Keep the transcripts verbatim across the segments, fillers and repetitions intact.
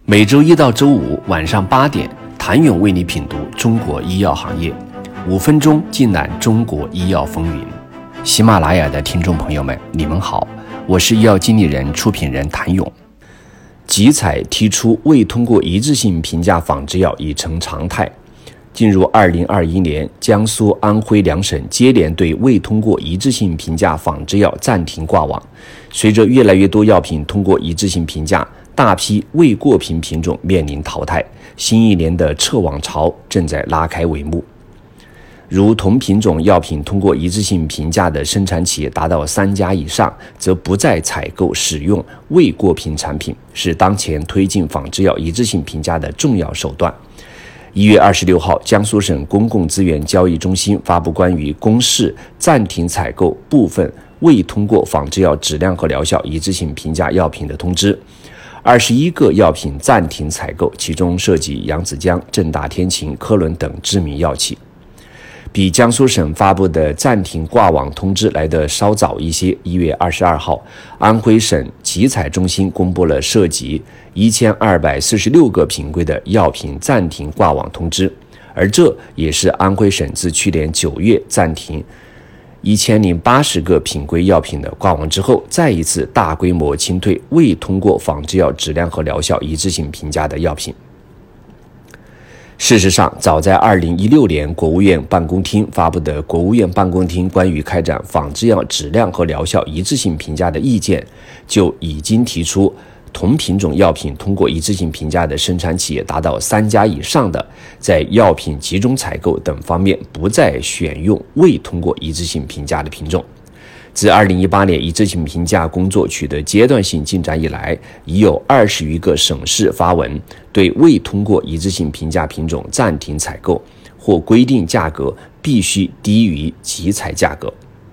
每周一到周五晚上八点，谭勇为你品读中国医药行业，五分钟尽览中国医药风云。喜马拉雅的听众朋友们，你们好，我是医药经理人、出品人谭勇。集采提出未通过一致性评价仿制药已成常态。进入二零二一年，江苏、安徽两省接连对未通过一致性评价仿制药暂停挂网。随着越来越多药品通过一致性评价，大批未过评品种面临淘汰，新一年的撤网潮正在拉开帷幕。如同品种药品通过一致性评价的生产企业达到三家以上，则不再采购使用未过评产品，是当前推进仿制药一致性评价的重要手段。一月二十六号，江苏省公共资源交易中心发布关于公示暂停采购部分未通过仿制药质量和疗效一致性评价药品的通知。二十一个药品暂停采购，其中涉及扬子江、正大天晴、科伦等知名药企。比江苏省发布的暂停挂网通知来得稍早一些。一月二十二号，安徽省集采中心公布了涉及一千二百四十六个品规的药品暂停挂网通知，而这也是安徽省自去年九月暂停一千零八十个品规药品的挂网之后，再一次大规模清退未通过仿制药质量和疗效一致性评价的药品。事实上，早在二零一六年，国务院办公厅发布的《国务院办公厅关于开展仿制药质量和疗效一致性评价的意见》就已经提出，同品种药品通过一致性评价的生产企业达到三家以上的，在药品集中采购等方面不再选用未通过一致性评价的品种。自二零一八年一致性评价工作取得阶段性进展以来，已有二十余个省市发文对未通过一致性评价品种暂停采购，或规定价格必须低于集采价格。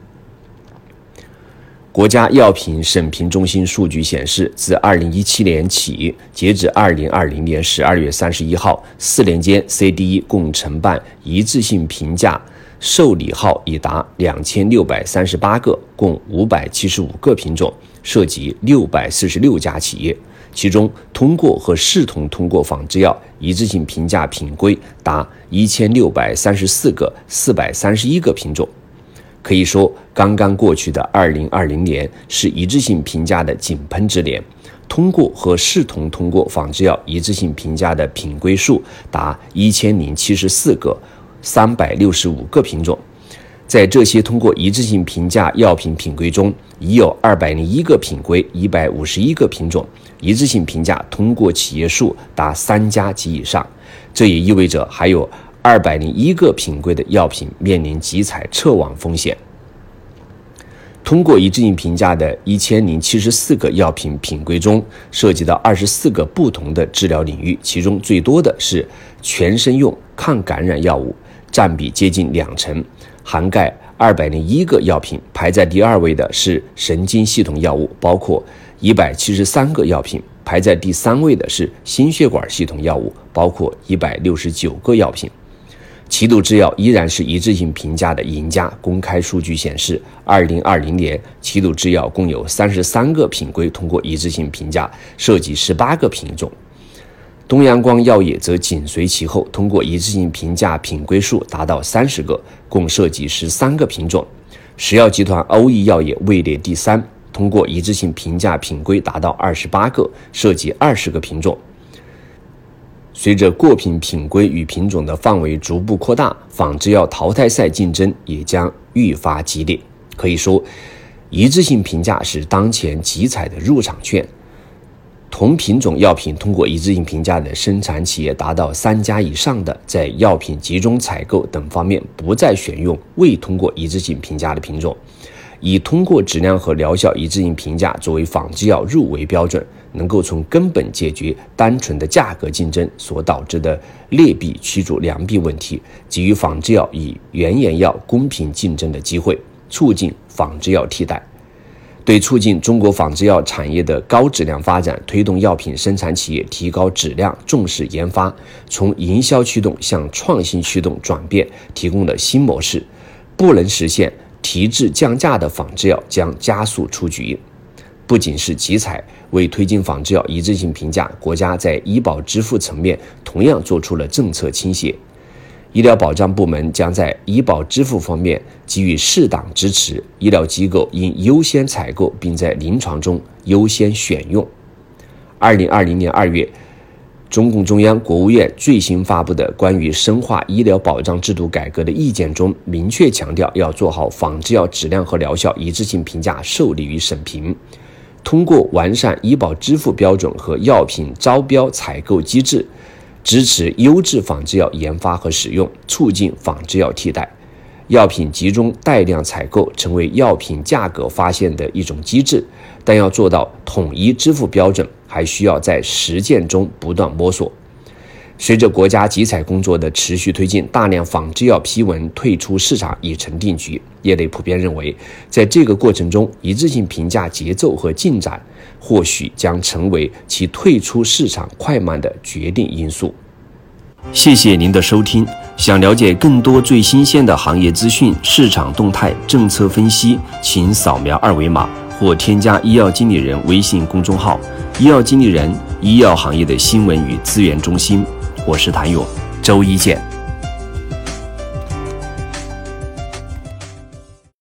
国家药品审评中心数据显示，自二零一七年起，截至二零二零年十二月三十一号，四年间 C D E 共承办一致性评价受理号已达两千六百三十八个，共五百七十五个品种，涉及六百四十六家企业，其中通过和视同通过仿制药一致性评价品规达一千六百三十四个，四百三十一个品种。可以说，刚刚过去的二零二零年是一致性评价的井喷之年，通过和视同通过仿制药一致性评价的品规数达一千零七十四个，三百六十五个品种。在这些通过一致性评价药品品规中，已有二百零一个品规，一百五十一个品种，一致性评价通过企业数达三家及以上。这也意味着还有二百零一个品规的药品面临集采撤网风险。通过一致性评价的一千零七十四个药品品规中，涉及到二十四个不同的治疗领域，其中最多的是全身用抗感染药物，占比接近两成，涵盖二百零一个药品。排在第二位的是神经系统药物，包括一百七十三个药品。排在第三位的是心血管系统药物，包括一百六十九个药品。奇度制药依然是一致性评价的赢家。公开数据显示，二零二零年奇度制药共有三十三个品规通过一致性评价，涉及十八个品种。东阳光药业则紧随其后，通过一致性评价品规数达到三十个，共涉及十三个品种。石药集团欧益药业位列第三，通过一致性评价品规达到二十八个，涉及二十个品种。随着过评品规与品种的范围逐步扩大，仿制药淘汰赛竞争也将愈发激烈。可以说，一致性评价是当前集采的入场券。同品种药品通过一致性评价的生产企业达到三家以上的，在药品集中采购等方面不再选用未通过一致性评价的品种，以通过质量和疗效一致性评价作为仿制药入围标准，能够从根本解决单纯的价格竞争所导致的劣币驱逐良币问题，给予仿制药与原研药公平竞争的机会，促进仿制药替代。对促进中国仿制药产业的高质量发展，推动药品生产企业提高质量、重视研发，从营销驱动向创新驱动转变提供了新模式。不能实现提质降价的仿制药将加速出局。 不仅是集采，为推进仿制药一致性评价，国家在医保支付层面同样做出了政策倾斜。医疗保障部门将在医保支付方面给予适当支持，医疗机构应优先采购并在临床中优先选用。二零二零年二月，中共中央、国务院最新发布的关于深化医疗保障制度改革的意见中，明确强调要做好仿制药质量和疗效一致性评价受理与审评，通过完善医保支付标准和药品招标采购机制，支持优质仿制药研发和使用，促进仿制药替代。药品集中带量采购成为药品价格发现的一种机制，但要做到统一支付标准，还需要在实践中不断摸索。随着国家集采工作的持续推进，大量仿制药批文退出市场已成定局。业内普遍认为，在这个过程中，一致性评价节奏和进展或许将成为其退出市场快慢的决定因素。谢谢您的收听。想了解更多最新鲜的行业资讯、市场动态、政策分析，请扫描二维码或添加医药经理人微信公众号“医药经理人”，医药行业的新闻与资源中心。我是谭勇，周一见。